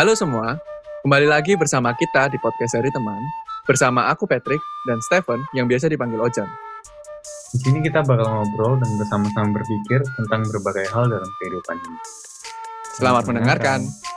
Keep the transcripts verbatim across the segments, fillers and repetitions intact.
Halo semua, kembali lagi bersama kita di podcast Seri Teman, bersama aku Patrick dan Stephen yang biasa dipanggil Ojan. Di sini kita bakal ngobrol dan bersama-sama berpikir tentang berbagai hal dalam kehidupan ini. Selamat mendengarkan.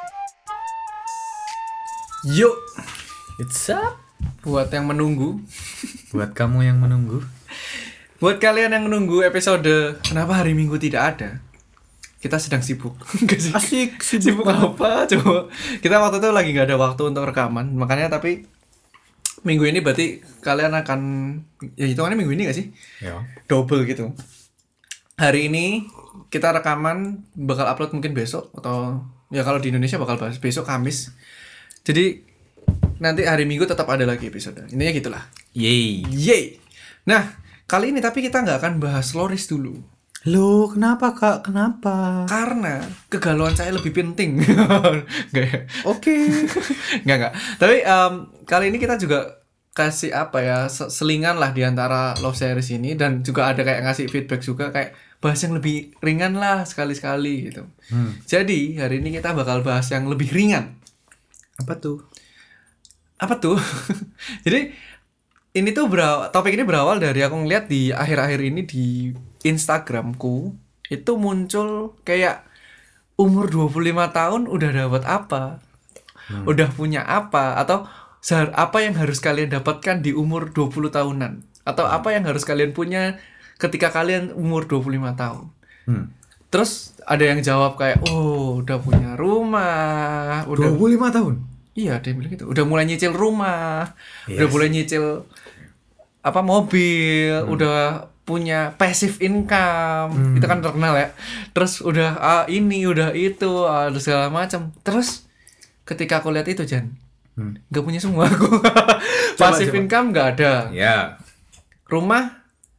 Yuk, it's up. Buat yang menunggu, Buat kamu yang menunggu, buat kalian yang menunggu episode kenapa hari Minggu tidak ada, kita sedang sibuk. Enggak sih? asik, Sibuk apa? Coba. Kita waktu itu lagi nggak ada waktu untuk rekaman, makanya tapi minggu ini berarti kalian akan ya hitungannya minggu ini nggak sih? Ya. Double gitu. Hari ini kita rekaman bakal upload mungkin besok atau ya kalau di Indonesia bakal bahas besok Kamis. Jadi nanti hari Minggu tetap ada lagi episode. Intinya gitulah. Yeay. Yeay. Nah, kali ini tapi kita nggak akan bahas Loris dulu. Loh, kenapa kak? Kenapa? Karena kegalauan saya lebih penting. Nggak ya? Oke. Nggak, nggak. Tapi um, kali ini kita juga kasih apa ya, selingan lah di antara love series ini. Dan juga ada kayak ngasih feedback juga, kayak bahas yang lebih ringan lah sekali-sekali gitu. Hmm. Jadi hari ini kita bakal bahas yang lebih ringan. Apa tuh? Apa tuh? Jadi ini tuh berawal, topik ini berawal dari aku ngeliat di akhir-akhir ini di Instagramku itu muncul kayak umur dua puluh lima tahun udah dapat apa? Hmm. Udah punya apa? Atau apa yang harus kalian dapatkan di umur dua puluh tahunan? Atau apa yang harus kalian punya ketika kalian umur dua puluh lima tahun? Hmm. Terus ada yang jawab kayak, oh udah punya rumah, udah dua puluh lima tahun? Iya, dia bilang gitu. Udah mulai nyicil rumah, Yes. udah mulai nyicil apa mobil, hmm. udah punya passive income, hmm. itu kan terkenal ya. Terus udah ah, ini, udah itu, ah, segala macam. Terus ketika aku lihat itu Jan, hmm. gak punya semua aku. Passive coba. Income gak ada. Ya. Rumah,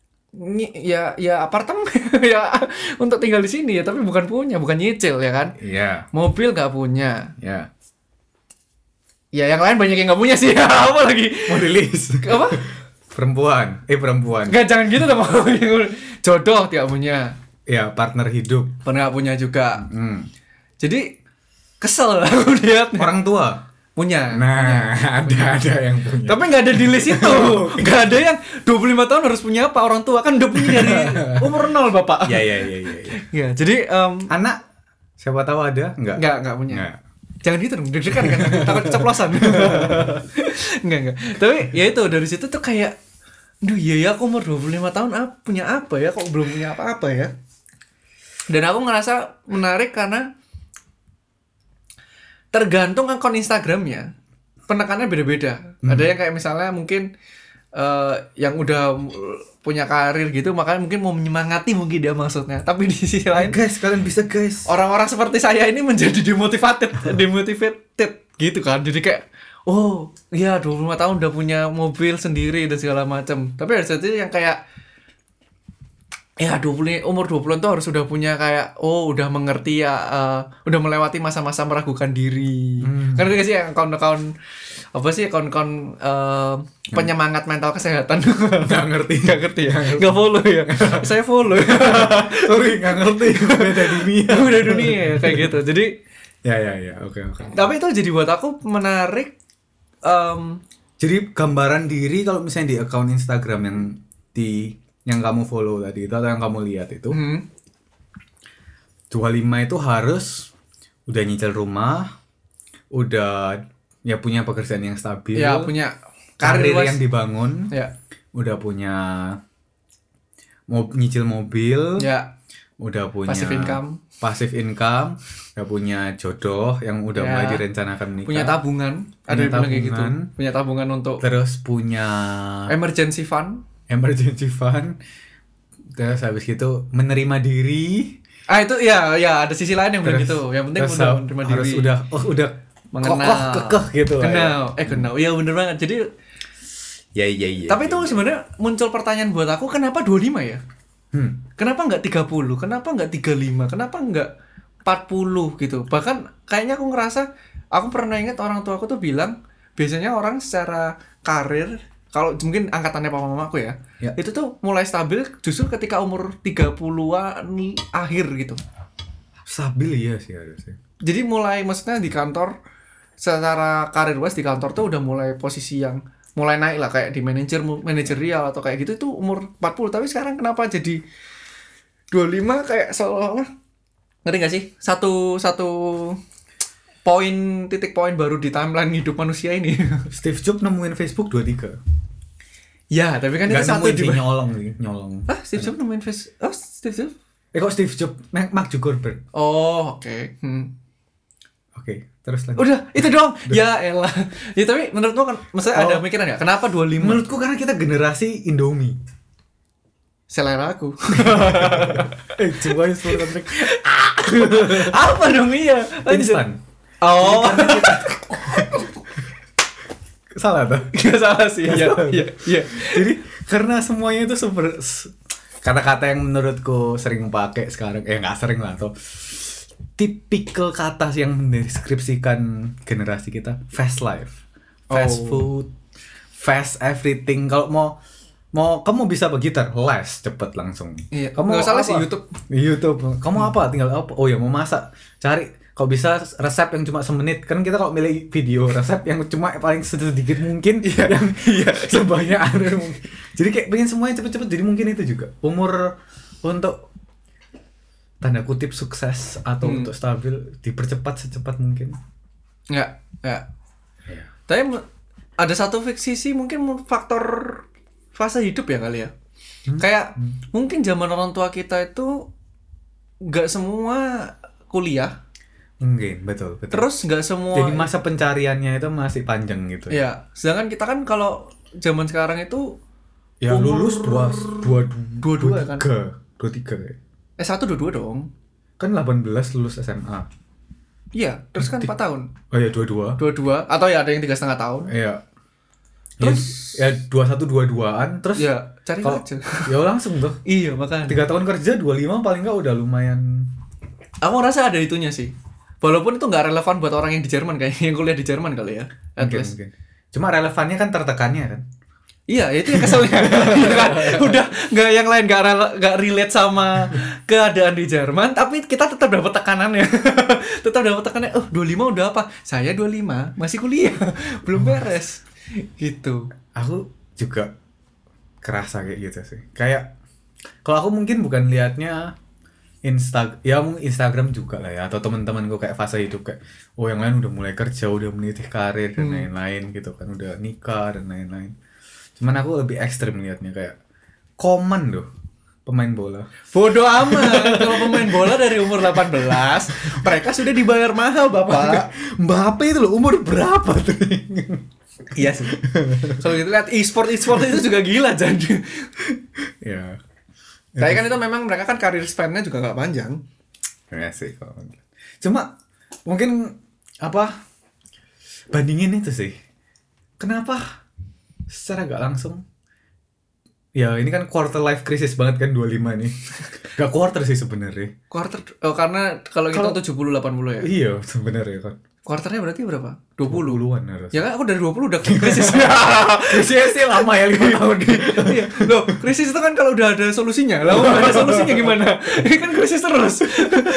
ya ya apartemen ya untuk tinggal di sini ya, tapi bukan punya, bukan nyicil ya kan. Iya. Mobil gak punya. Ya. Ya yang lain banyak yang gak punya sih. Apa lagi? Mau rilis. Apa? Perempuan. Eh perempuan. Gak, jangan gitu dong. Jodoh tidak punya. Ya, partner hidup. Pernah punya juga. Hmm. Jadi kesel aku lihat. Orang tua punya. Nah, punya. ada ada yang punya. Tapi gak ada di list itu. Gak ada yang dua puluh lima tahun harus punya apa. Orang tua kan udah punya dari umur nol Bapak. Ya ya ya ya. Ya, ya jadi um, anak siapa tahu ada? Enggak. Enggak, enggak punya. Enggak. Jangan gitu dong, deg-degan kan, takut keceplosan. Enggak, enggak. Tapi ya itu, dari situ tuh kayak, duh iya ya aku umur dua puluh lima tahun apa, punya apa ya, kok belum punya apa-apa ya. Dan aku ngerasa menarik karena tergantung akun Instagramnya, penekanannya beda-beda. Hmm. Ada yang kayak misalnya mungkin uh, yang udah punya karir gitu, makanya mungkin mau menyemangati mungkin dia maksudnya. Tapi di sisi lain, guys, kalian bisa guys. Orang-orang seperti saya ini menjadi demotivated, demotivated gitu kan. Jadi kayak, oh iya dua puluh lima tahun udah punya mobil sendiri dan segala macam. Tapi ada satu yang kayak, ya dua puluh umur dua puluhan tuh harus sudah punya kayak, oh udah mengerti ya, uh, udah melewati masa-masa meragukan diri. Hmm. Kan ada sih yang kawan-kawan apa sih kawan-kawan uh, penyemangat mental kesehatan. Nggak ngerti. Nggak ngerti ya. Nggak follow ya. Saya follow. Sorry nggak ngerti. Beda dunia. Beda dunia kayak gitu. Jadi ya ya ya oke oke. Tapi itu jadi buat aku menarik. Um, jadi gambaran diri kalau misalnya di akun Instagram yang di yang kamu follow tadi itu atau yang kamu lihat itu hmm. dua puluh lima itu harus udah nyicil rumah, udah ya punya pekerjaan yang stabil, ya punya karir, karir yang dibangun, ya. Udah punya mau nyicil mobil, ya. Udah punya passive income, passive income, udah punya jodoh yang udah ya. mulai direncanakan menikah, punya tabungan, punya ada yang bilang kayak gitu, tabungan, punya tabungan untuk, terus punya emergency fund, emergency fund, terus habis gitu menerima diri. Ah itu ya ya ada sisi lain yang bilang gitu, yang penting udah menerima diri, harus udah oh udah mengenal, kokoh kekeh gitu, kenal, ya. eh kenal, ya bener banget. Jadi ya ya ya. Tapi itu sebenarnya muncul pertanyaan buat aku, kenapa dua puluh lima ya? Hmm. Kenapa nggak tiga puluh? Kenapa nggak tiga puluh lima? Kenapa nggak empat puluh gitu? Bahkan kayaknya aku ngerasa, aku pernah ingat orang tua aku tuh bilang, biasanya orang secara karir, kalau mungkin angkatannya papa mamaku ya, ya, itu tuh mulai stabil justru ketika umur tiga puluhan akhir gitu. Stabil ya sih harusnya. Jadi mulai maksudnya di kantor secara karir wise di kantor tuh udah mulai posisi yang mulai naik lah, kayak di manajer manajerial atau kayak gitu itu umur empat puluh, tapi sekarang kenapa jadi dua puluh lima kayak seolah-olah, ngerti gak sih? Satu satu poin titik poin baru di timeline hidup manusia ini. Steve Jobs nemuin Facebook dua puluh tiga. Ya, tapi kan itu Nggak satu nemuin di sih, nyolong nih, nyolong. Ah, Steve Jobs nemuin face. Oh, Steve Jobs. Eh kok Steve Jobs, Mark Zuckerberg. Oh, oke. Okay. Hmm. Oke, terus lagi. Udah, itu doang. Ya elah. Ya tapi menurutmu kan maksudnya Oh. ada pikiran ya? Kenapa dua puluh lima? Menurutku karena kita generasi Indomie. Selera aku. Eh, coba suara trik. Apa dong iya? Lanjut. Instan. Oh. Salah tuh. Gak salah sih. Iya, iya, iya. Jadi karena semuanya itu super s- kata-kata yang menurutku sering pakai sekarang, eh nggak sering lah tuh. Tipikal kata yang mendeskripsikan generasi kita, fast life, fast Oh. food, fast everything. Kalau mau mau kamu bisa bergitar, les cepet langsung. Iya. Kamu Nggak salah apa? sih, YouTube. YouTube. Kamu apa? Tinggal apa? Oh ya mau masak, cari. Kalau bisa resep yang cuma semenit, kan kita kalau milih video resep yang cuma paling sedikit mungkin, yang sebanyak ada mungkin. Jadi kayak pengen semuanya cepet-cepet. Jadi mungkin itu juga umur untuk tanda kutip sukses atau Hmm. untuk stabil dipercepat secepat mungkin. Enggak, enggak. Iya. Tapi m- ada satu sisi mungkin faktor fase hidup ya kali ya. Kayak mungkin zaman orang tua kita itu nggak semua kuliah. Mungkin betul betul. Terus nggak semua. Jadi masa pencariannya itu masih panjang gitu. Ya, sedangkan kita kan kalau zaman sekarang itu Ya umur lulus dua dua dua dua kan? tiga dua tiga ya. S satu dua dua dong. Kan delapan belas lulus S M A. Iya, terus kan empat tahun. Oh ya dua dua. Dua dua atau ya ada yang tiga setengah tahun. Iya. Terus ya dua satu dua duaan terus ya cari kalau- aja. ya langsung tuh. Iya, makanya. Tiga tahun kerja dua puluh lima paling nggak udah lumayan. Aku rasa ada itunya sih. Walaupun itu nggak relevan buat orang yang di Jerman kayaknya, yang kuliah di Jerman kali ya. At Mungkin, least. mungkin. Cuma relevannya kan tertekannya kan. Iya, itu yang keselnya. Iya kan? Udah nggak yang lain nggak rela- nggak relate sama keadaan di Jerman, tapi kita tetap dapat tekanannya. Tetap dapat tekanannya. Oh, dua puluh lima udah apa? Saya dua puluh lima masih kuliah, belum beres. Gitu. Aku juga kerasa kayak gitu sih. Kayak kalau aku mungkin bukan liatnya Insta, ya mungkin Instagram juga lah ya, atau teman-temanku kayak fase hidup kayak oh yang lain udah mulai kerja, udah meniti karir dan Hmm. lain-lain gitu kan, udah nikah dan lain-lain. Cuman aku lebih ekstrim liatnya kayak Coman loh, pemain bola. Bodoh amat. Kalau pemain bola dari umur delapan belas, mereka sudah dibayar mahal, Bapak. Mbappe itu loh umur berapa tuh? Iya sih. Kalau gitu lihat e-sport e-sport itu juga gila jadi. Ya. Tapi kan itu memang mereka kan karir span-nya juga nggak panjang. Ya sih kalau mungkin. Cuma mungkin apa bandingin itu sih. Kenapa secara gak langsung ya ini kan quarter life crisis banget kan dua puluh lima nih. Gak quarter sih sebenarnya. Quarter oh, karena kalau kita Kalau- tujuh puluh delapan puluh ya. Iya sebenarnya kan. Quarternya berarti berapa? dua puluh. Puluhan harus. Ya kan aku dari dua puluh udah krisis. Krisis sih lama ya lima tahun. Iya. Loh, krisis itu kan kalau udah ada solusinya. Lah, kalau nggak ada solusinya gimana? Ini kan krisis terus.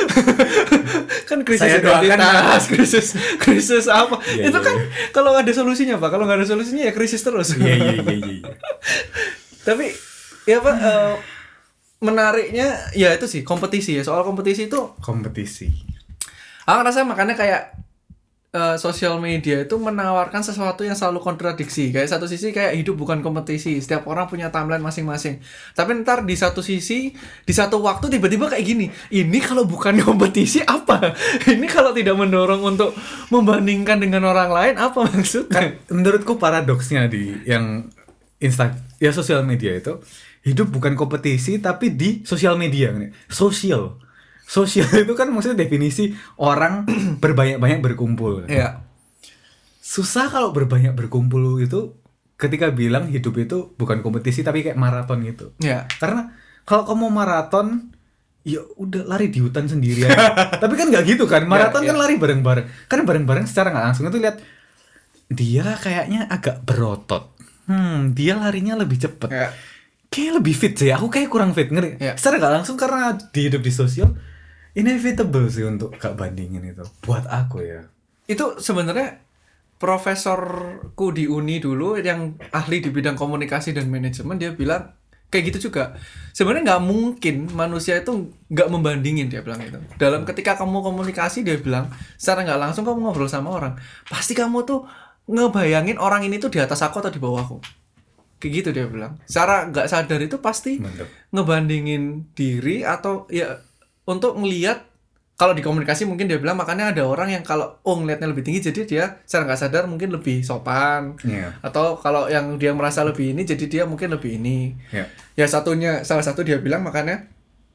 Kan krisis Saya doakan- identitas, krisis krisis apa? Iya, itu iya, kan kalau ada solusinya, Pak. Kalau nggak ada solusinya ya krisis terus. Iya iya iya iya. Tapi ya Pak, eh, menariknya ya itu sih kompetisi ya. Soal kompetisi itu Kompetisi. aku ngerasa makanya kayak eh, sosial media itu menawarkan sesuatu yang selalu kontradiksi. Kayak satu sisi kayak hidup bukan kompetisi, setiap orang punya timeline masing-masing. Tapi ntar di satu sisi, di satu waktu tiba-tiba kayak gini. Ini kalau bukan kompetisi apa? Ini kalau tidak mendorong untuk membandingkan dengan orang lain apa maksudnya? Kan menurutku paradoksnya di yang Insta ya sosial media itu hidup bukan kompetisi tapi di sosial media kan ya. Sosial. Sosial itu kan maksudnya definisi orang berbanyak-banyak berkumpul. Kan? Iya. Susah kalau berbanyak berkumpul itu ketika bilang hidup itu bukan kompetisi tapi kayak maraton gitu. Iya. Karena kalau kamu maraton ya udah lari di hutan sendirian. Tapi kan nggak gitu kan. Maraton Ya, kan ya. lari bareng-bareng. Kan bareng-bareng secara nggak langsung itu lihat dia kayaknya agak berotot. Hmm, dia larinya lebih cepet. Iya. Kayak lebih fit sih. Aku kayak kurang fit ngerti. Ya. Secara nggak langsung karena di hidup di sosial inevitable sih untuk gak bandingin itu. Buat aku ya. Itu sebenarnya profesorku di uni dulu yang ahli di bidang komunikasi dan manajemen, dia bilang kayak gitu juga. Sebenarnya nggak mungkin manusia itu nggak membandingin, dia bilang itu. Dalam ketika kamu komunikasi, dia bilang secara nggak langsung kamu ngobrol sama orang, pasti kamu tuh ngebayangin orang ini tuh di atas aku atau di bawahku. Kayak gitu dia bilang. Secara nggak sadar itu pasti Mantap. ngebandingin diri atau ya untuk ngelihat. Kalau di komunikasi mungkin dia bilang makanya ada orang yang kalau oh ngeliatnya lebih tinggi jadi dia secara nggak sadar mungkin lebih sopan. Iya. Atau kalau yang dia merasa lebih ini jadi dia mungkin lebih ini. Iya. Ya satunya salah satu dia bilang makanya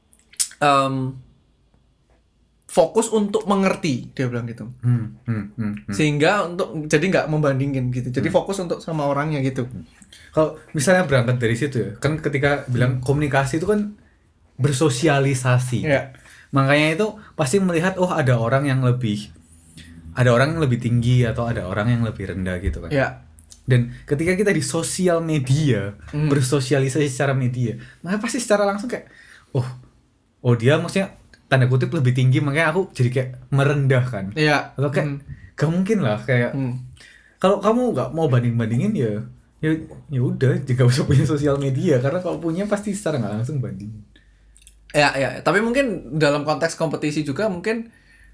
um, fokus untuk mengerti, dia bilang gitu. Hmm, hmm, hmm, hmm. Sehingga untuk jadi nggak membandingin gitu. Jadi fokus untuk sama orangnya gitu. Kalau misalnya berangkat dari situ ya, kan ketika bilang komunikasi itu kan bersosialisasi. Iya. Makanya itu pasti melihat oh ada orang yang lebih ada orang yang lebih tinggi atau ada orang yang lebih rendah gitu kan. Iya. Dan ketika kita di sosial media, Hmm. bersosialisasi secara media, maka pasti secara langsung kayak oh oh dia maksudnya tanda kutip lebih tinggi, makanya aku jadi kayak merendahkan. Iya. Atau kayak Hmm. gak mungkin lah kayak Hmm. kalau kamu nggak mau banding-bandingin ya ya ya udah jangan usah punya sosial media, karena kalau punya pasti secara nggak langsung bandingin. Ya, ya, tapi mungkin dalam konteks kompetisi juga mungkin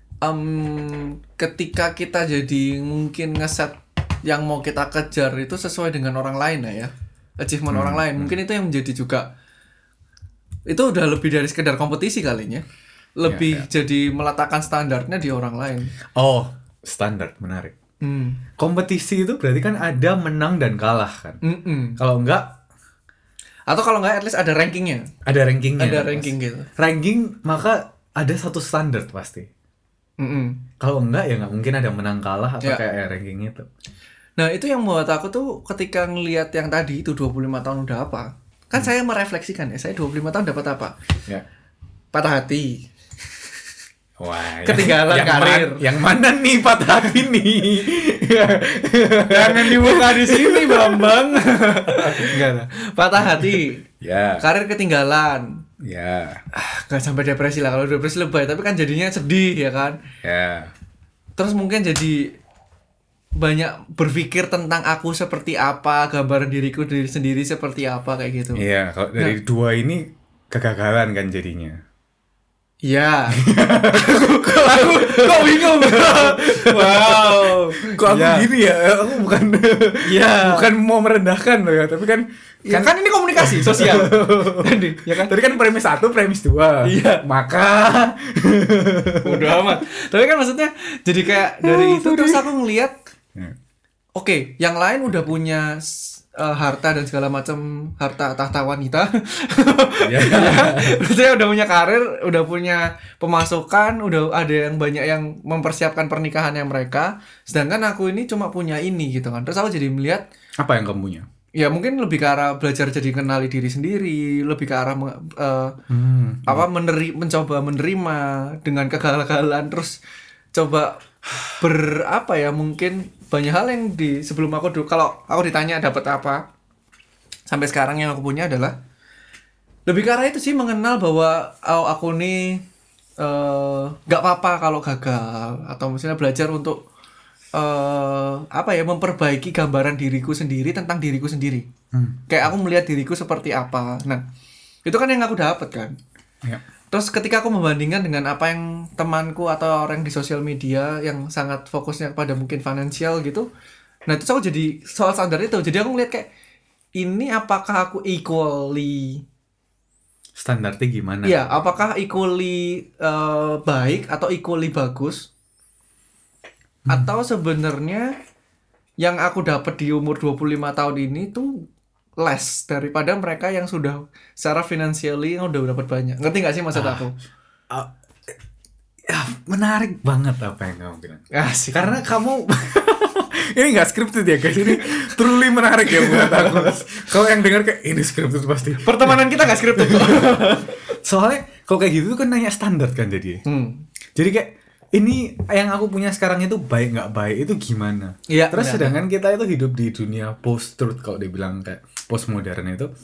um, ketika kita jadi mungkin ngeset yang mau kita kejar itu sesuai dengan orang lain lah ya, achievement Hmm, orang lain, mungkin itu yang menjadi juga itu udah lebih dari sekedar kompetisi kalinya, lebih Ya, jadi meletakkan standarnya di orang lain. Oh, standar menarik. Hmm. Kompetisi itu berarti kan ada menang dan kalah kan. Mm-mm. Kalau enggak Atau kalau nggak at least ada rankingnya, ada rankingnya. ada kan, ranking pasti. gitu. Ranking maka ada satu standar pasti. Mm-mm. Kalau enggak ya nggak mungkin ada menang kalah atau Ya. kayak ranking itu. Nah itu yang membuat aku tuh ketika ngelihat yang tadi itu dua puluh lima tahun udah apa. Kan saya merefleksikan ya, saya dua puluh lima tahun dapat apa? Ya. Patah hati. Wah, Ketinggalan yang, karir. Yang, man, yang mana nih patah hati nih? Jangan dibuka di sini, Bambang. Enggak lah. Patah hati. Ya. Karir ketinggalan. Ya. Ah, gak sampai depresi lah, kalau depresi lebay, tapi kan jadinya sedih ya kan. Ya. Terus mungkin jadi banyak berpikir tentang aku seperti apa, gambaran diriku diri sendiri seperti apa kayak gitu. Iya, kalau dari dua ini kegagalan kan jadinya. Iya. kok aku kok bingung. Wow. Kok aku Iya. gini ya? Aku bukan Iya. bukan mau merendahkan loh ya, tapi kan Ya kan ini komunikasi sosial. Tadi, ya kan? tadi kan premis satu, premis dua. Iya. Maka Udah amat. Tapi kan maksudnya jadi kayak dari itu terus aku ngelihat Ya. oke, yang lain udah punya uh, harta dan segala macam, harta tahta wanita. Ya. Maksudnya udah punya karir, udah punya pemasukan, udah ada yang banyak yang mempersiapkan pernikahannya mereka. Sedangkan aku ini cuma punya ini gitu kan. Terus aku jadi melihat Apa yang kamu punya? ya mungkin lebih ke arah belajar jadi kenali diri sendiri, lebih ke arah me- uh, Hmm. apa meneri mencoba menerima dengan kegagalan, terus coba ber apa ya mungkin banyak hal yang di sebelum aku dulu kalau aku ditanya dapat apa sampai sekarang yang aku punya adalah lebih ke arah itu sih, mengenal bahwa oh, aku nih eh, nggak apa-apa kalau gagal, atau misalnya belajar untuk eh apa ya memperbaiki gambaran diriku sendiri tentang diriku sendiri. Hmm. Kayak aku melihat diriku seperti apa. Nah, itu kan yang aku dapat kan. Ya. Terus ketika aku membandingkan dengan apa yang temanku atau orang di sosial media yang sangat fokusnya pada mungkin finansial gitu. Nah, itu aku jadi soal standar itu. Jadi aku ngeliat kayak ini apakah aku equally Standarnya gimana? Iya, apakah equally eh, baik atau equally bagus? Atau sebenarnya yang aku dapat di umur dua puluh lima tahun ini tuh less daripada mereka yang sudah secara financially yang udah dapat banyak. Ngerti gak sih maksud aku? Ah, ya, menarik banget apa yang kamu bilang. Asik. Karena kamu ini nggak scripted ya guys, ini truly menarik ya buat aku. Kalau yang dengar kayak ini scripted pasti. Pertemanan kita gak scripted kok. Soalnya kalau kayak gitu kan nanya standar kan jadi. Hmm. Jadi kayak ini yang aku punya sekarang itu baik nggak baik itu gimana? Iya, Terus benar. sedangkan kita itu hidup di dunia post truth, kalau dibilang kayak post modern itu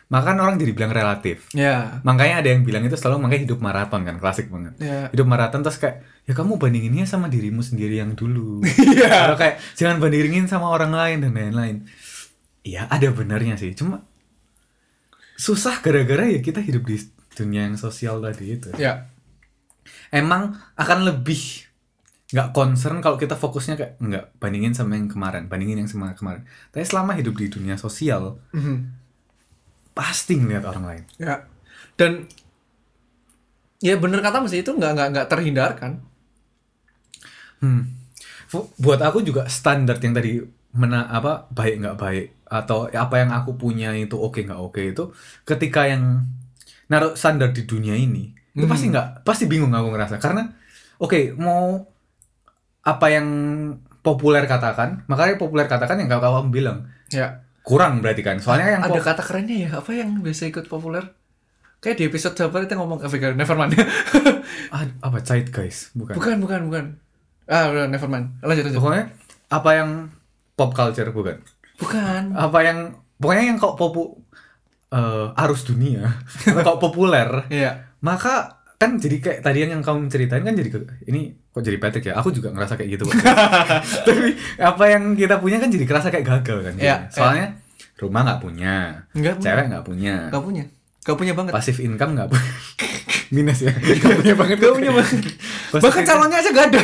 maka kan orang jadi bilang relatif. Ya. Makanya ada yang bilang itu selalu makanya hidup maraton kan, klasik banget. Ya. Hidup maraton terus kayak ya kamu bandinginnya sama dirimu sendiri yang dulu. Iya. Atau kayak jangan bandingin sama orang lain dan lain-lain. Iya, ada benarnya sih. Cuma susah gara-gara ya kita hidup di dunia yang sosial tadi itu. Ya. Emang akan lebih nggak concern kalau kita fokusnya kayak nggak bandingin sama yang kemarin, bandingin yang sama kemarin. Tapi selama hidup di dunia sosial, Mm-hmm. pasti ngeliat orang lain. Ya. Dan ya bener kata Mas, itu nggak nggak nggak terhindarkan. Hmm. Fu- Buat aku juga standar yang tadi mena apa baik nggak baik atau apa yang aku punya itu oke nggak oke itu ketika yang naruh standar di dunia ini itu Hmm. pasti nggak pasti bingung aku ngerasa karena oke mau apa yang populer katakan makanya populer katakan yang kawan bilang Ya. kurang berarti kan soalnya yang Ada pop- kata kerennya ya, apa yang biasa ikut populer? Kayak di episode siapa kita ngomong ke Vega, nevermind. ah, apa guys bukan bukan, bukan, bukan. Ah, udah nevermind. Lanjut lanjut. pokoknya apa yang pop culture bukan Bukan. apa yang pokoknya yang kok popu eh, arus dunia atau kok populer Iya. maka kan jadi kayak tadi yang kamu ceritain kan jadi ke- ini kok jadi Patrick ya aku juga ngerasa kayak gitu tapi apa yang kita punya kan jadi kerasa kayak gagal kan Iya, jadinya. Soalnya rumah nggak punya Nggak punya. cewek nggak punya Gak punya. Gak punya banget. passive income nggak punya minus ya nggak punya banget Gak punya banget. Passive Bahkan income. calonnya aja gak ada.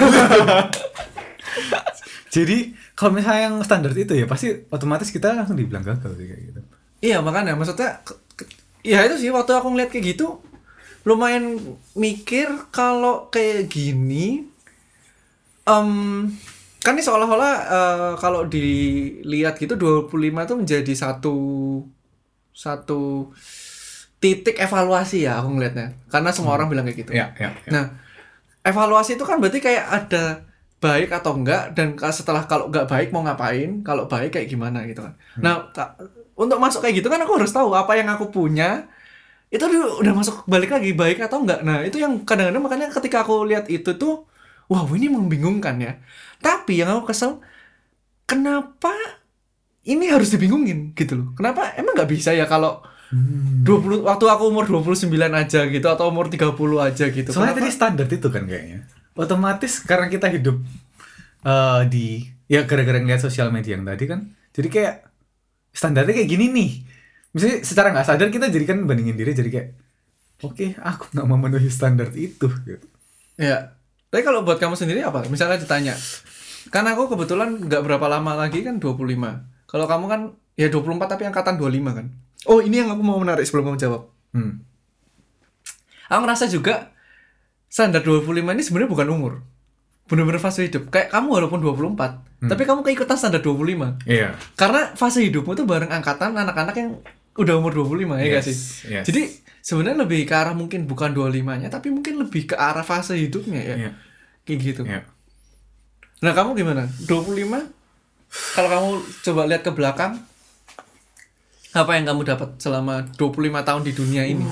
Jadi kalau misalnya yang standar itu ya pasti otomatis kita langsung dibilang gagal sih kayak gitu. Iya, makanya maksudnya ke- ke- ya itu sih waktu aku ngeliat kayak gitu lumayan mikir kalau kayak gini em kan ini seolah-olah eh, kalau dilihat gitu dua puluh lima itu menjadi satu satu titik evaluasi ya aku ngelihatnya. Karena semua orang bilang kayak gitu. Iya, iya. Ya. Nah, evaluasi itu kan berarti kayak ada baik atau enggak dan ka- setelah kalau enggak baik mau ngapain, kalau baik kayak gimana gitu kan. Hmm. Nah, ta- untuk masuk kayak gitu kan aku harus tahu apa yang aku punya itu udah, udah masuk balik lagi baik atau enggak. Nah, itu yang kadang-kadang makanya ketika aku lihat itu tuh wow, ini membingungkan ya. Tapi yang aku kesel kenapa ini harus dibingungin gitu loh. Kenapa emang nggak bisa ya kalau Hmm. dua puluh waktu aku umur dua puluh sembilan aja gitu atau umur tiga puluh aja gitu. Soalnya Kenapa? tadi standar itu kan kayaknya. Otomatis karena kita hidup eh, di ya gara-gara ngeliat sosial media yang tadi kan. Jadi kayak standarnya kayak gini nih. Misalnya secara nggak sadar kita jadikan bandingin diri jadi kayak oke, aku nggak memenuhi standar itu gitu. Ya. Tapi kalau buat kamu sendiri apa? Misalnya ditanya. Kan aku kebetulan nggak berapa lama lagi kan dua puluh lima. Kalau kamu kan ya dua puluh empat tapi angkatan dua puluh lima kan. Oh, ini yang aku mau menarik sebelum kamu jawab. Hmm. Aku ngerasa juga standar dua puluh lima ini sebenarnya bukan umur. Bener-bener fase hidup. Kayak kamu walaupun dua puluh empat, Hmm. tapi kamu keikutan standar dua puluh lima. Iya. Karena fase hidupmu tuh bareng angkatan anak-anak yang udah umur dua puluh lima ya nggak Yes, sih? yes. Jadi sebenarnya lebih ke arah mungkin bukan dua puluh lima-nya tapi mungkin lebih ke arah fase hidupnya ya. Iya. Kayak gitu. Iya. Nah, kamu gimana? dua puluh lima? Kalau kamu coba lihat ke belakang, apa yang kamu dapat selama dua puluh lima tahun di dunia ini?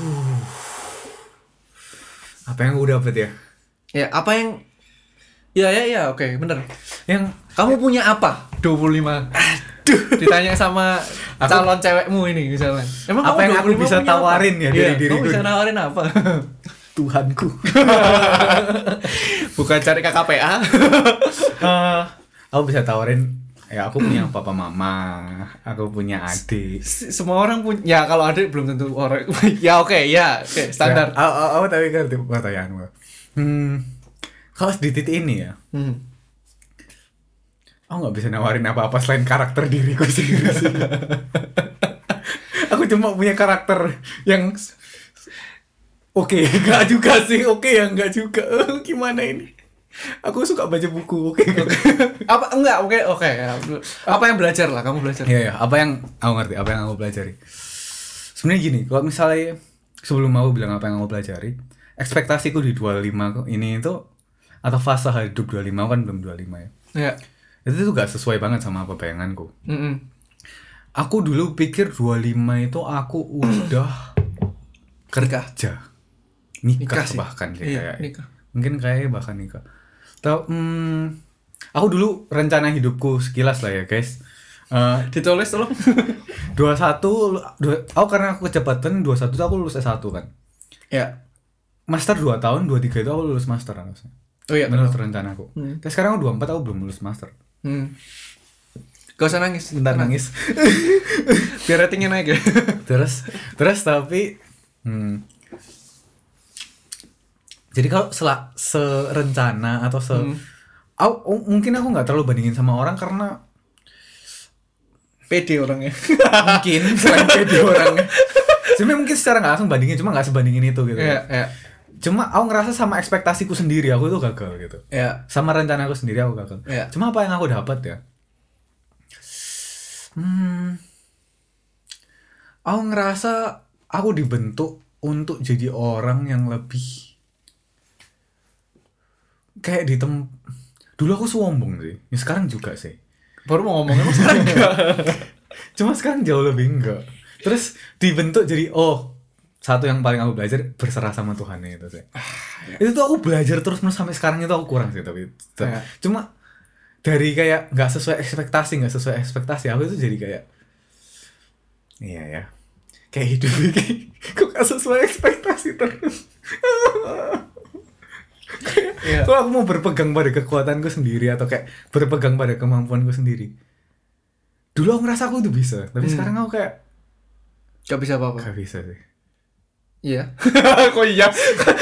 Apa yang aku dapet ya? Ya, apa yang Ya, ya, ya, oke, bener. Yang Kamu punya apa? dua puluh lima. Aduh. Ditanya sama Aku- calon cewekmu ini misalnya. Emang Apa kamu yang aku dua puluh lima bisa punya tawarin apa? ya Iya, dari diriku? Kamu bisa nawarin apa? Tuhanku. Bukan cari K K P A. Eh, aku bisa tawarin ya aku punya papa mama, aku punya adik. S- Semua orang punya. Ya, kalau adik belum tentu orang. Ya, oke, ya, oke, standar. Ya, aku, aku tapi ngerti pertanyaanmu. Hmm, kalau di titik ini ya, Hmm. aku nggak bisa nawarin apa-apa selain karakter diriku sendiri sih. Aku cuma punya karakter yang s- oke, nggak juga sih, oke ya nggak juga. Eh, gimana ini? Aku suka baca buku, oke. Apa enggak? Oke, oke. ya. Apa yang belajar lah, kamu belajar. Iya, ya, apa yang aku ngerti, apa yang aku pelajari. Sebenarnya gini, kalau misalnya sebelum aku bilang apa yang aku pelajari, ekspektasiku di dua puluh lima kok ini itu atau fase hidup dua puluh lima kan belum dua puluh lima ya. Ya. Itu tuh gak sesuai banget sama apa bayanganku. Mm-mm. Aku dulu pikir dua puluh lima itu aku udah kerja. Nikah, Nikah sih. bahkan sih Iya, kayak. nikah. Mungkin kayak bahkan nikah. Tau, hmm, aku dulu rencana hidupku sekilas lah ya guys. Eh, Ditulis tolong. dua puluh satu dua, oh karena aku kecepatan dua puluh satu tuh aku lulus S satu kan. Ya. Master dua tahun, dua puluh tiga itu aku lulus master harusnya. Oh iya, menurut rencana aku. Hmm. Tapi sekarang aku dua puluh empat aku belum lulus master. Hmm. Gak usah nangis, Bentar tenang. nangis. Biar ratingnya naik ya. terus terus tapi hmm, jadi kalau sela, serencana atau se Hmm. aku, oh, mungkin aku nggak terlalu bandingin sama orang karena Pede orangnya. mungkin selain pede orangnya sebenarnya mungkin secara nggak langsung bandingin, cuma nggak sebandingin itu gitu. Iya, iya. Cuma aku ngerasa sama ekspektasiku sendiri aku itu gagal gitu. Iya. Sama rencana aku sendiri aku gagal. Iya. Cuma apa yang aku dapat ya? Hmm, aku ngerasa aku dibentuk untuk jadi orang yang lebih kayak di tem. Dulu aku sombong sih, ya sekarang juga sih. Baru mau ngomong emang sekarang enggak. Cuma sekarang jauh lebih enggak. Terus dibentuk jadi oh satu yang paling aku belajar berserah sama Tuhan itu sih. Itu tuh aku belajar terus menerus sampai sekarang itu aku kurang sih tapi. Iya. Cuma dari kayak nggak sesuai ekspektasi nggak sesuai ekspektasi aku itu jadi kayak iya ya kayak hidup ini kok nggak sesuai ekspektasi terus. Iya. Kok aku mau berpegang pada kekuatanku sendiri atau kayak berpegang pada kemampuanku sendiri. Dulu aku ngerasa aku tuh bisa, tapi Hmm. sekarang aku kayak Gak bisa apa-apa. gak bisa sih. Iya. Kok iya?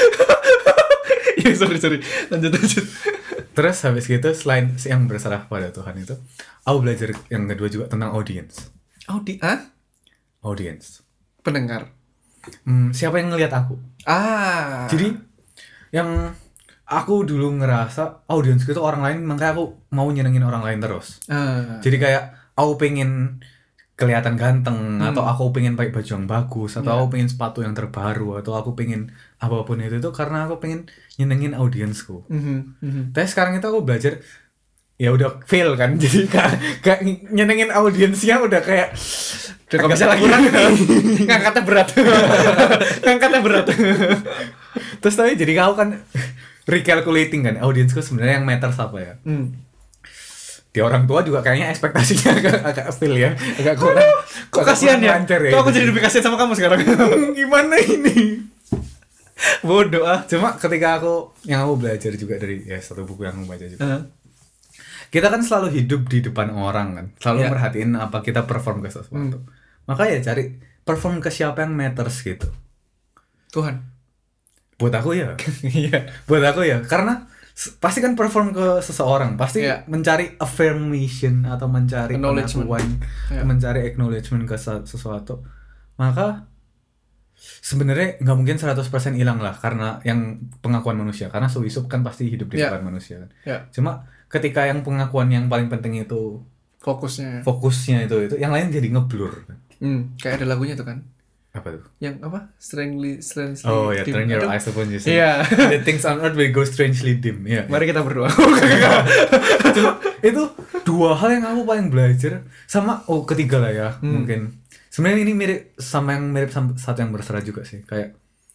Iya, sorry sorry. Lanjut lanjut. Terus habis gitu selain yang berserah pada Tuhan itu, aku belajar yang kedua juga tentang audience. Audi, ah? Audience. Pendengar. Hmm, siapa yang ngelihat aku? Ah. Jadi yang aku dulu ngerasa audience itu orang lain, makanya aku mau nyenengin orang lain terus. Ah. Jadi kayak aku pengen kelihatan ganteng, Hmm. atau aku pengen pakai baju yang bagus, atau Yeah. aku pengen sepatu yang terbaru, atau aku pengen apapun itu itu karena aku pengen nyenengin audiensku. Mhm, mhm. Tapi sekarang itu aku belajar ya udah fail kan, jadi kayak, kayak nyenengin audiensnya udah kayak Udah gak agak bisa lagi. kurang. Ngangkatnya berat. Ngangkatnya berat. Terus tapi jadi aku kan recalculating kan audiensku sebenarnya yang matters apa ya. Hmm. Di orang tua juga kayaknya ekspektasinya agak agak fail ya, agak kurang. Kok agak kasihan kurang ya? lancar Kok aku itu. jadi lebih kasihan sama kamu sekarang? Gimana ini? Bodoh ah. Cuma ketika aku yang aku belajar juga dari ya satu buku yang aku baca juga. Heeh. Kita kan selalu hidup di depan orang kan, selalu Ya. merhatiin apa kita perform ke sesuatu. Hmm. Maka ya cari perform ke siapa yang matters gitu. Tuhan. Buat aku ya, Iya. buat aku ya, karena s- pasti kan perform ke seseorang, pasti Ya. mencari affirmation atau mencari Acknowledgement. pengakuan, Ya. mencari acknowledgement ke se- sesuatu. Maka sebenarnya nggak mungkin seratus persen hilang lah karena yang pengakuan manusia, karena suwisub kan pasti hidup di Ya. depan manusia kan. Ya. Cuma ketika yang pengakuan yang paling penting itu Fokusnya. fokusnya itu itu yang lain jadi ngeblur. Hmm. Kayak ada lagunya tuh kan. Apa tuh? Yang apa? Strangely, strangely. Oh ya, dim. turn your Aduh. eyes upon yourself. Iya. The things on earth will go strangely dim. Iya. Mari kita berdoa. Cuma itu dua hal yang aku paling belajar sama oh ketiga lah ya Hmm. mungkin. Sebenarnya ini mirip sama yang mirip sama satu yang berserah juga sih, kayak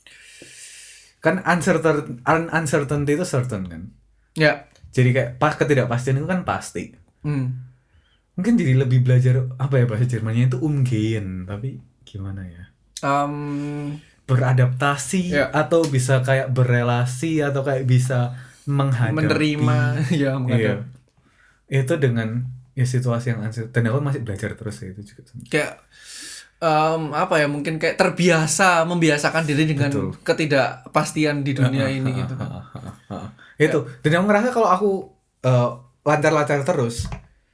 kan uncertain un- uncertainty itu certain kan. Ya. Jadi kayak pas ketidakpastian itu kan pasti. Hmm. Mungkin jadi lebih belajar apa ya bahasa Jermannya itu umgehen, tapi gimana ya? Um, Beradaptasi Ya. atau bisa kayak berelasi atau kayak bisa menghadapi menerima ya iya. menghadapi. Itu dengan ya situasi yang uncertain. Dan aku masih belajar terus ya itu juga. Kayak um, apa ya mungkin kayak terbiasa membiasakan diri dengan Betul. ketidakpastian di dunia ini gitu kan. Itu. Dan aku ngerasa kalau aku eh, lancar-lancar terus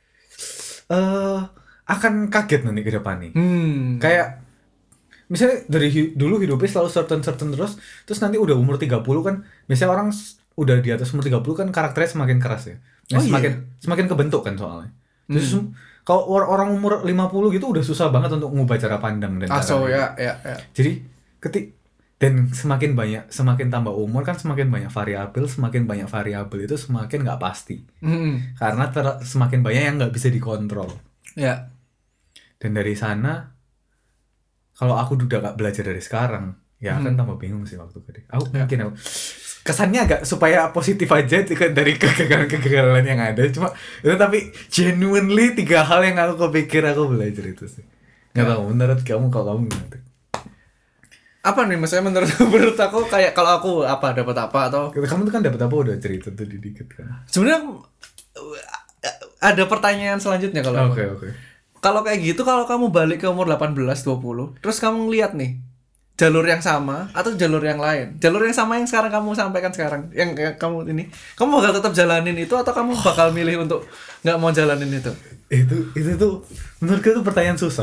eh akan kaget nanti ke depan nih. Hmm. Kayak misalnya dari hi- dulu hidupnya selalu certain-certain terus, terus nanti udah umur tiga puluh kan, biasanya orang s- udah di atas umur tiga puluh kan karakternya semakin keras ya. Nah, Oh, semakin iya? semakin kebentuk kan soalnya. Terus Hmm. sem- kalau or- orang umur lima puluh gitu udah susah banget untuk ngubah cara pandang dan Ah, so cara- ya ya ya. Jadi ketik dan semakin banyak semakin tambah umur kan semakin banyak variabel, semakin banyak variabel itu semakin nggak pasti. Hmm. Karena ter- semakin banyak yang nggak bisa dikontrol. Ya. Dan dari sana kalau aku udah gak belajar dari sekarang, ya akan Hmm. tambah bingung sih waktu gede. Aku Ya. mungkin aku kesannya agak supaya positif aja juga dari kegagalan-kegagalan yang ada. Cuma itu tapi genuinely tiga hal yang aku kepikir aku belajar itu sih. Gak Nggak tahu, menurut kamu kalau kamu gimana? Apa nih maksudnya menurut menurut aku kayak kalau aku apa dapat apa atau Kamu tuh kan dapat apa udah cerita tuh dikit kan? sebenarnya ada pertanyaan selanjutnya kalau Oke aku. oke. Kalau kayak gitu kalau kamu balik ke umur delapan belas dua puluh terus kamu ngeliat nih jalur yang sama atau jalur yang lain. Jalur yang sama yang sekarang kamu sampaikan sekarang yang, yang kamu ini, kamu bakal tetap jalanin itu atau kamu bakal milih untuk nggak mau jalanin itu? Itu itu tuh menurutku itu pertanyaan susah.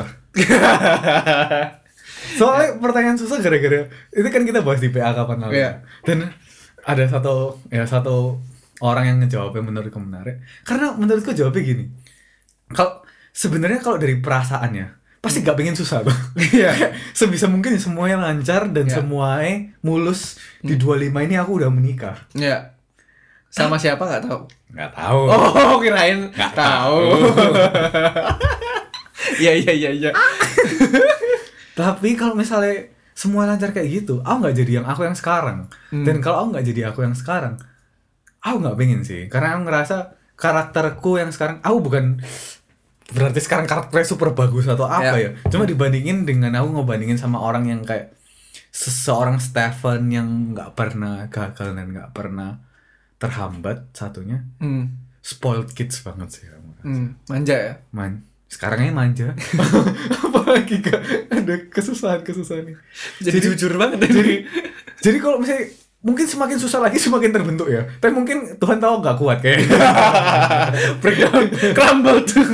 Soalnya pertanyaan susah gara-gara itu kan kita bahas di P A kapan lalu. Iya. Dan ada satu ya satu orang yang ngejawabnya menurutku menarik. Karena menurutku jawabnya gini. Kalau sebenarnya kalau dari perasaannya pasti gak pengen susah tuh. Iya. Sebisa mungkin semuanya lancar dan Iya. semuanya mulus di dua puluh lima ini aku udah menikah. Iya. Sama siapa nggak tahu. Nggak tahu. Oh, kirain Nggak tahu. Iya iya iya iya. Tapi kalau misalnya semua lancar kayak gitu, aku nggak jadi yang aku yang sekarang. Hmm. Dan kalau aku nggak jadi aku yang sekarang, aku nggak pengen sih. Karena aku ngerasa karakterku yang sekarang, aku bukan berarti sekarang karakternya super bagus atau apa Ya. ya. Cuma dibandingin dengan aku ngebandingin sama orang yang kayak seseorang Stephen yang nggak pernah gagal dan nggak pernah terhambat satunya. Hmm. Spoiled kids banget sih aku. Hmm. Manja ya. Man, sekarangnya manja. Apalagi gak ada kesusahan-kesusahan nih. Jadi, jujur banget. Jadi jadi kalau misalnya mungkin semakin susah lagi semakin terbentuk ya. Tapi mungkin Tuhan tahu nggak kuat kayak. breakdown, crumble tuh.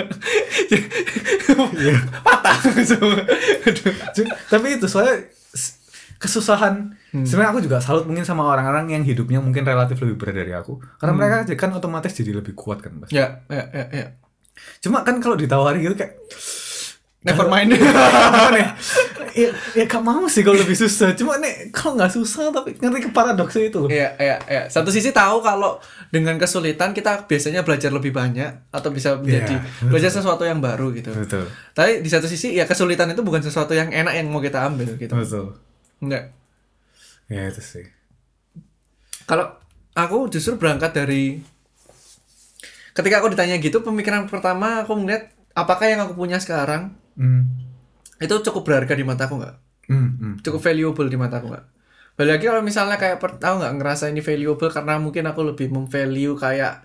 Patah semua. Ju- Tapi itu soalnya s- kesusahan. Sebenarnya aku juga salut mungkin sama orang-orang yang hidupnya mungkin relatif lebih berat dari aku. Karena mereka kan otomatis jadi lebih kuat kan, Mas. Ya, ya, ya, ya. Cuma kan kalau ditawari gitu kayak Never mind. gimana ya? Ya, ya gak mau sih kalau lebih susah. Cuma nih kalau nggak susah tapi ngerti ke paradoksnya itu loh. Iya, iya, iya. Satu sisi tahu kalau dengan kesulitan kita biasanya belajar lebih banyak atau bisa menjadi Iya, belajar sesuatu yang baru gitu. Betul. Tapi di satu sisi ya kesulitan itu bukan sesuatu yang enak yang mau kita ambil gitu. Betul. Enggak. Ya itu sih. Kalau aku justru berangkat dari ketika aku ditanya gitu, pemikiran pertama aku melihat apakah yang aku punya sekarang Hmm. itu cukup berharga di mataku nggak? Hmm. hmm. Cukup valuable di mataku nggak? Balik lagi kalau misalnya kayak per- tahu nggak ngerasa ini valuable karena mungkin aku lebih memvalue kayak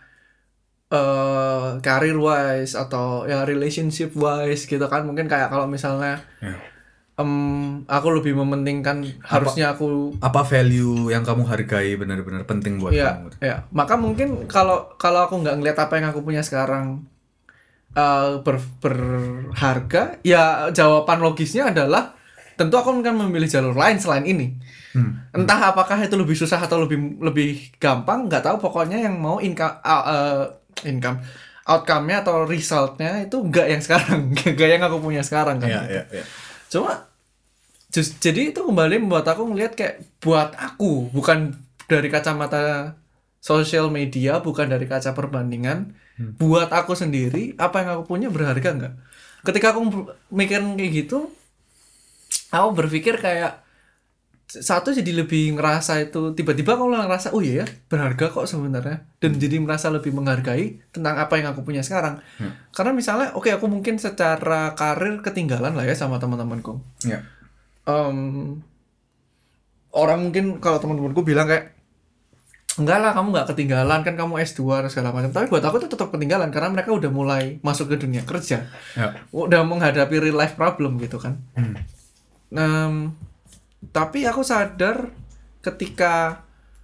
eh career wise atau ya relationship wise gitu kan, mungkin kayak kalau misalnya Ya. em, aku lebih mementingkan harusnya aku Apa value yang kamu hargai benar-benar penting buat ya kamu? ya maka mungkin kalau kalau aku nggak ngeliat apa yang aku punya sekarang eh, ber, berharga, ya jawaban logisnya adalah tentu aku akan memilih jalur lain selain ini. Hmm. Entah apakah itu lebih susah atau lebih lebih gampang, nggak tahu. Pokoknya yang mau income uh, uh, income outcome-nya atau result-nya itu nggak yang sekarang, nggak yang aku punya sekarang kan. Iya, gitu. iya, iya. Cuma just, jadi itu kembali membuat aku ngelihat kayak buat aku, bukan dari kacamata sosial media, bukan dari kaca perbandingan, hmm. buat aku sendiri apa yang aku punya berharga nggak? Ketika aku mikir kayak gitu, aku berpikir kayak satu jadi lebih ngerasa itu tiba-tiba aku ngerasa oh iya ya berharga kok sebenarnya, dan hmm. jadi merasa lebih menghargai tentang apa yang aku punya sekarang. hmm. Karena misalnya oke okay, aku mungkin secara karir ketinggalan lah ya sama teman-temanku. Ya. Um, orang mungkin kalau teman-temanku bilang kayak enggak lah kamu nggak ketinggalan kan, kamu S dua dan segala macam. Tapi buat aku tuh tetap ketinggalan karena mereka udah mulai masuk ke dunia kerja, Ya. udah menghadapi real life problem gitu kan. Hmm. Um, tapi aku sadar ketika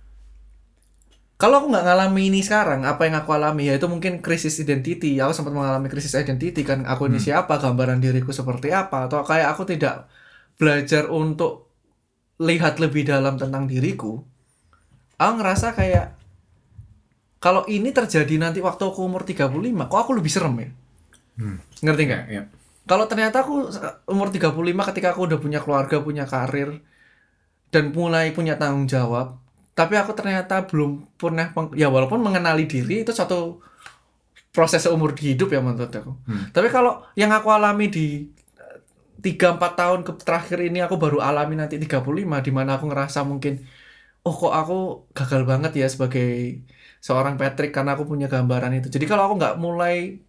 kalau aku nggak ngalami ini sekarang, apa yang aku alami yaitu mungkin krisis identity. Aku sempat mengalami krisis identity kan, aku ini hmm. siapa, gambaran diriku seperti apa, atau kayak aku tidak belajar untuk lihat lebih dalam tentang diriku. Aku ngerasa kayak kalau ini terjadi nanti waktu aku umur tiga puluh lima, kok aku lebih serem ya. Hmm. Ngerti nggak? Ya, ya. Kalau ternyata aku umur tiga puluh lima ketika aku udah punya keluarga, punya karir, dan mulai punya tanggung jawab, tapi aku ternyata belum pernah, ya walaupun mengenali diri itu satu proses umur hidup ya menurut aku. Hmm. Tapi kalau yang aku alami di tiga empat tahun ke terakhir ini, aku baru alami nanti tiga puluh lima, di mana aku ngerasa mungkin oh kok aku gagal banget ya sebagai seorang Patrick karena aku punya gambaran itu. Jadi kalau aku nggak mulai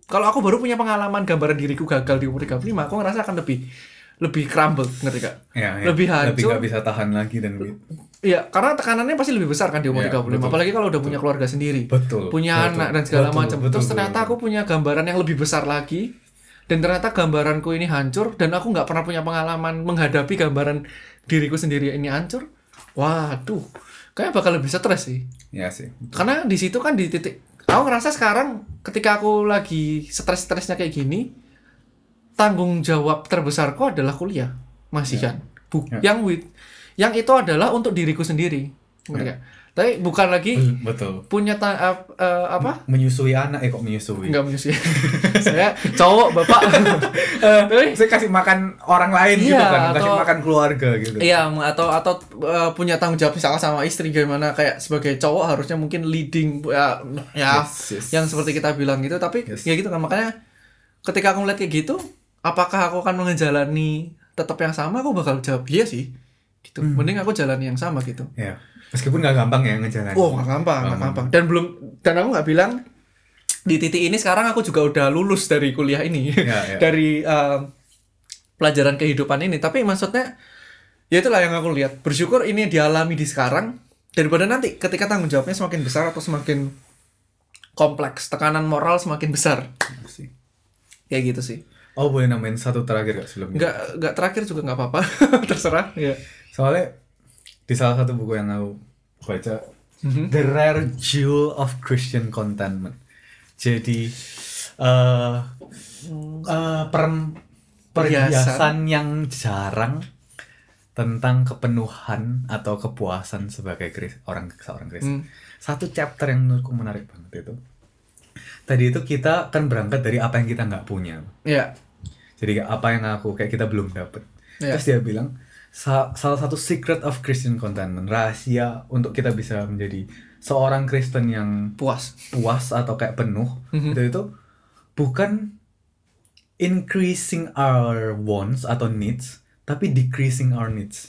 kalau aku baru punya pengalaman gambaran diriku gagal di umur tiga puluh lima, aku ngerasa akan lebih lebih crumble, ngerti gak? Ya, ya. Lebih hancur. Lebih gak bisa tahan lagi dan gitu. Iya, karena tekanannya pasti lebih besar kan di umur Ya, tiga puluh lima, betul. apalagi kalau udah Betul. punya keluarga sendiri. Betul. Punya betul, anak dan segala betul, macam. betul, Terus betul, ternyata betul. aku punya gambaran yang lebih besar lagi. Dan ternyata gambaranku ini hancur dan aku nggak pernah punya pengalaman menghadapi gambaran diriku sendiri ini hancur. Waduh, kayaknya bakal lebih stres sih. Ya sih. Karena di situ kan di titik aku ngerasa sekarang ketika aku lagi stres-stresnya kayak gini, tanggung jawab terbesarku adalah kuliah. Masih Ya. kan. Bu, Ya. yang with, yang itu adalah untuk diriku sendiri. Ngerti Ya. nggak? Tapi bukan lagi Betul. punya ta- ap- eh, apa? Menyusui anak, eh kok menyusui? Enggak menyusui. Saya cowok, Bapak. Tapi Saya kasih makan orang lain gitu Iya, kan, kasih atau- makan keluarga gitu. iya, atau atau uh, punya tanggung jawab misalkan sama istri, gimana kayak sebagai cowok harusnya mungkin leading ya, ya Yes, yes. yang seperti kita bilang gitu, tapi Yes. ya gitu kan, makanya ketika aku ngeliat kayak gitu, apakah aku akan menjalani tetap yang sama? Aku bakal jawab iya sih gitu. Hmm. Mending aku jalani yang sama gitu. Ya. Meskipun nggak gampang ya ngejalanin. Oh, nggak gampang, nggak gampang. Dan belum, dan aku nggak bilang di titik ini sekarang aku juga udah lulus dari kuliah ini, Ya, ya. dari um, pelajaran kehidupan ini. Tapi maksudnya, ya itulah yang aku lihat. Bersyukur ini dialami di sekarang daripada nanti ketika tanggung jawabnya semakin besar atau semakin kompleks, tekanan moral semakin besar. Sih. Kayak gitu sih. Oh, boleh nambahin satu terakhir gak sebelumnya? Nggak, nggak terakhir juga nggak apa-apa, terserah. Ya. Soalnya di salah satu buku yang aku baca, Mhm. The Rare Jewel of Christian Contentment. Jadi eh eh, perem- perhiasan yang jarang tentang kepenuhan atau kepuasan sebagai Kris- orang seorang Kristen. Hmm. Satu chapter yang menurutku menarik banget itu. Tadi itu kita kan berangkat dari apa yang kita nggak punya. Ya. Jadi apa yang aku kayak kita belum dapet. Ya. Terus dia bilang sa- salah satu secret of Christian contentment, rahasia untuk kita bisa menjadi seorang Kristen yang Puas. puas atau kayak penuh, Mhm. itu itu bukan increasing our wants atau needs, tapi decreasing our needs.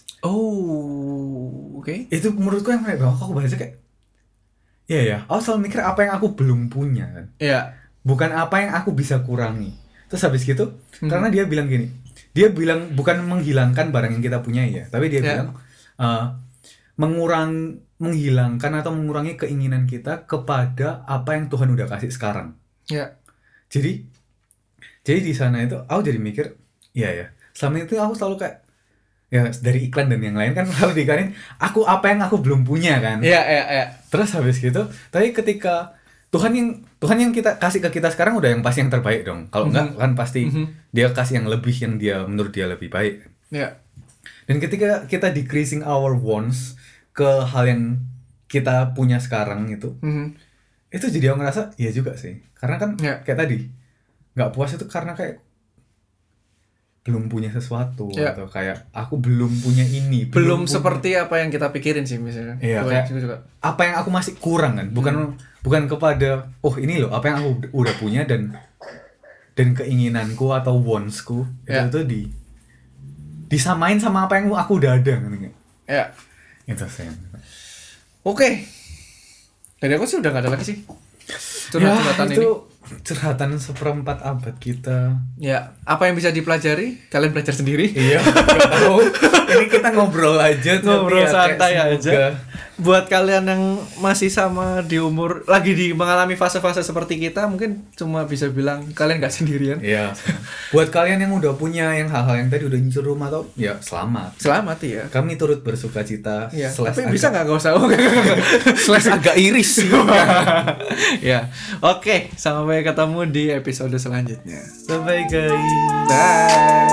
Oh, oke. Itu menurutku yang kayak banget, aku baca kayak iya ya, aku selalu mikir apa yang aku belum punya kan, Ya. bukan apa yang aku bisa kurangi. Terus habis gitu, Mhm. karena dia bilang gini, dia bilang bukan menghilangkan barang yang kita punya ya, tapi dia Ya. bilang uh, mengurang menghilangkan atau mengurangi keinginan kita kepada apa yang Tuhan udah kasih sekarang. Ya. Jadi jadi di sana itu aku jadi mikir, iya ya. Selama itu aku selalu kayak ya dari iklan dan yang lain kan selalu diikanin aku apa yang aku belum punya kan. Ya, ya, ya. Terus habis gitu, tapi ketika Tuhan yang Tuhan yang kita kasih ke kita sekarang udah yang pasti yang terbaik dong. Kalau enggak Mhm. kan pasti Mhm. dia kasih yang lebih yang dia menurut dia lebih baik. Ya. Dan ketika kita decreasing our wants ke hal yang kita punya sekarang itu, Mhm. itu jadi aku ngerasa iya juga sih. Karena kan Ya. kayak tadi nggak puas itu karena kayak belum punya sesuatu Ya. atau kayak aku belum punya ini, Belum punya- seperti apa yang kita pikirin sih misalnya. Iya, Gue kayak- juga juga. apa yang aku masih kurang kan, bukan Hmm. bukan kepada oh ini loh apa yang aku ud- udah punya dan dan keinginanku atau wantsku Ya. itu tuh di disamain sama apa yang aku udah ada kan. Ya. Itu sih. Oke. Dari aku sih udah gak ada lagi sih. Ya, Curhat-curhatan itu ini. curhatan seperempat abad kita. Ya, apa yang bisa dipelajari? Kalian belajar sendiri. Iya, nggak tahu. Ini kita ngobrol aja, tapi Ngobrol ya kayak santai semoga- aja. Buat kalian yang masih sama di umur lagi di mengalami fase-fase seperti kita, mungkin cuma bisa bilang kalian gak sendirian. Iya. Buat kalian yang udah punya yang hal-hal yang tadi udah nyicil rumah atau ya selamat. Selamat ya. Kami turut bersukacita. Iya, slash tapi agak- bisa nggak nggak usah? slash agak iris sih. Ya, oke. Sampai ketemu di episode selanjutnya. Bye guys. Bye.